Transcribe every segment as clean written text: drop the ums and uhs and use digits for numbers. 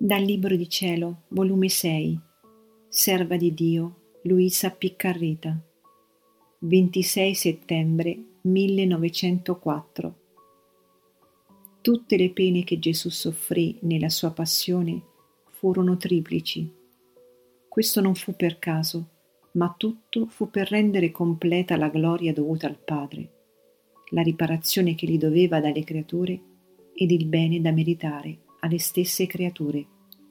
Dal Libro di Cielo, volume 6, Serva di Dio, Luisa Piccarreta, 26 settembre 1904. Tutte le pene che Gesù soffrì nella sua passione furono triplici. Questo non fu per caso, ma tutto fu per rendere completa la gloria dovuta al Padre, la riparazione che gli doveva dalle creature ed il bene da meritare alle stesse creature.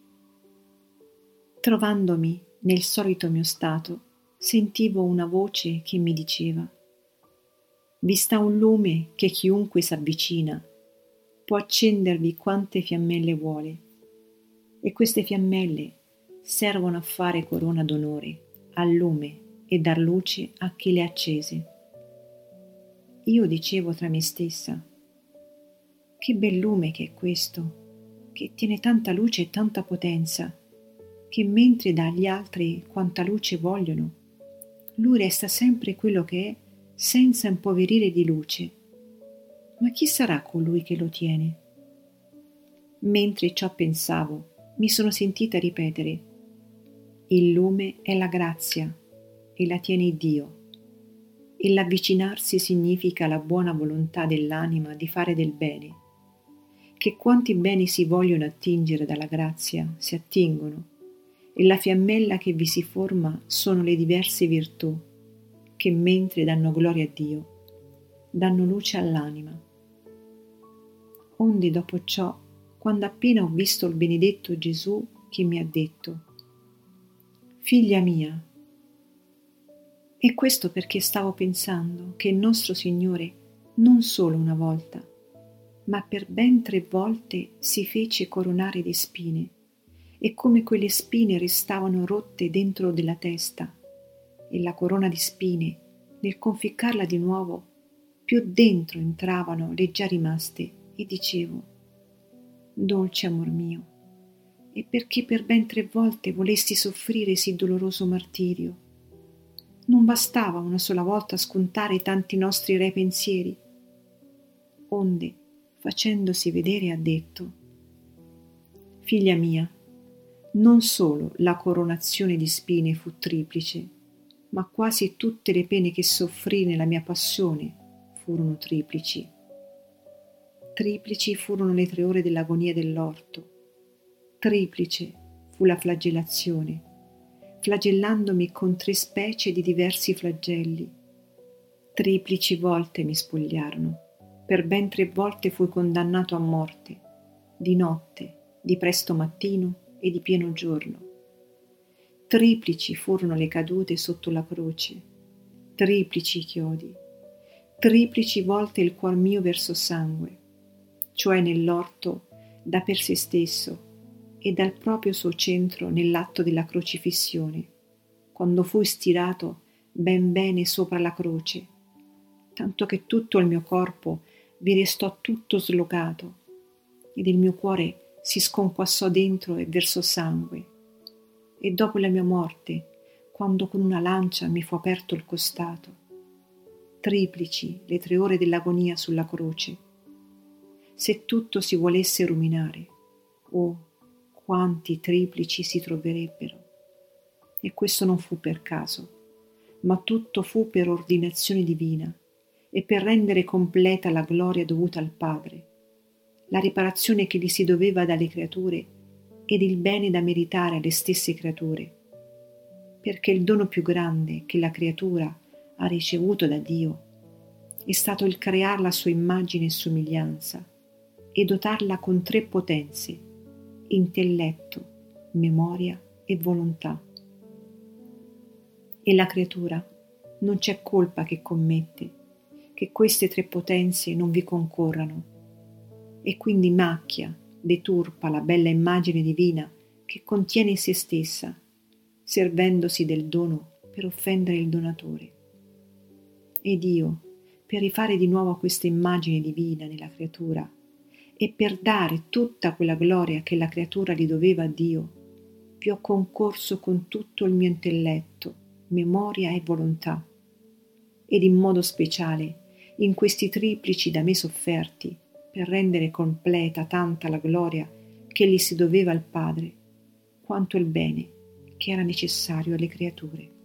Trovandomi nel solito mio stato, sentivo una voce che mi diceva: «Vi sta un lume che chiunque s'avvicina può accendervi quante fiammelle vuole, e queste fiammelle servono a fare corona d'onore al lume e dar luce a chi le ha accese». Io dicevo tra me stessa: «Che bel lume che è questo, che tiene tanta luce e tanta potenza, che mentre dà agli altri quanta luce vogliono, lui resta sempre quello che è, senza impoverire di luce. Ma chi sarà colui che lo tiene?» Mentre ciò pensavo, mi sono sentita ripetere: «Il lume è la grazia e la tiene Dio, e l'avvicinarsi significa la buona volontà dell'anima di fare del bene, che quanti beni si vogliono attingere dalla grazia si attingono, e la fiammella che vi si forma sono le diverse virtù che, mentre danno gloria a Dio, danno luce all'anima». Onde dopo ciò, quando appena ho visto il benedetto Gesù che mi ha detto: «Figlia mia», e questo perché stavo pensando che il nostro Signore non solo una volta, ma per ben 3 volte si fece coronare di spine, e come quelle spine restavano rotte dentro della testa, e la corona di spine, nel conficcarla di nuovo, più dentro entravano le già rimaste, e dicevo: «Dolce amor mio, e perché per ben 3 volte volesti soffrire sì doloroso martirio? Non bastava una sola volta scontare tanti nostri rei pensieri?» Onde, facendosi vedere, ha detto: «Figlia mia, non solo la coronazione di spine fu triplice, ma quasi tutte le pene che soffrì nella mia passione furono triplici. Triplici furono le 3 ore dell'agonia dell'orto, triplice fu la flagellazione, flagellandomi con 3 specie di diversi flagelli. Triplici volte mi spogliarono, per ben 3 volte fui condannato a morte, di notte, di presto mattino e di pieno giorno. Triplici furono le cadute sotto la croce, triplici i chiodi, triplici volte il cuor mio versò sangue, cioè nell'orto da per se stesso e dal proprio suo centro nell'atto della crocifissione, quando fui stirato ben bene sopra la croce, tanto che tutto il mio corpo vi restò tutto slogato, ed il mio cuore si sconquassò dentro e versò sangue. E dopo la mia morte, quando con una lancia mi fu aperto il costato, triplici le 3 ore dell'agonia sulla croce. Se tutto si volesse ruminare, oh, quanti triplici si troverebbero! E questo non fu per caso, ma tutto fu per ordinazione divina e per rendere completa la gloria dovuta al Padre, la riparazione che gli si doveva dalle creature ed il bene da meritare alle stesse creature, perché il dono più grande che la creatura ha ricevuto da Dio è stato il crearla a sua immagine e somiglianza e dotarla con 3 potenze: intelletto, memoria e volontà. E la creatura non c'è colpa che commette che queste 3 potenze non vi concorrano, e quindi macchia, deturpa la bella immagine divina che contiene in se stessa, servendosi del dono per offendere il donatore. Ed io, per rifare di nuovo questa immagine divina nella creatura e per dare tutta quella gloria che la creatura gli doveva a Dio, vi ho concorso con tutto il mio intelletto, memoria e volontà, ed in modo speciale in questi triplici da me sofferti, per rendere completa tanta la gloria che egli si doveva al Padre, quanto il bene che era necessario alle creature.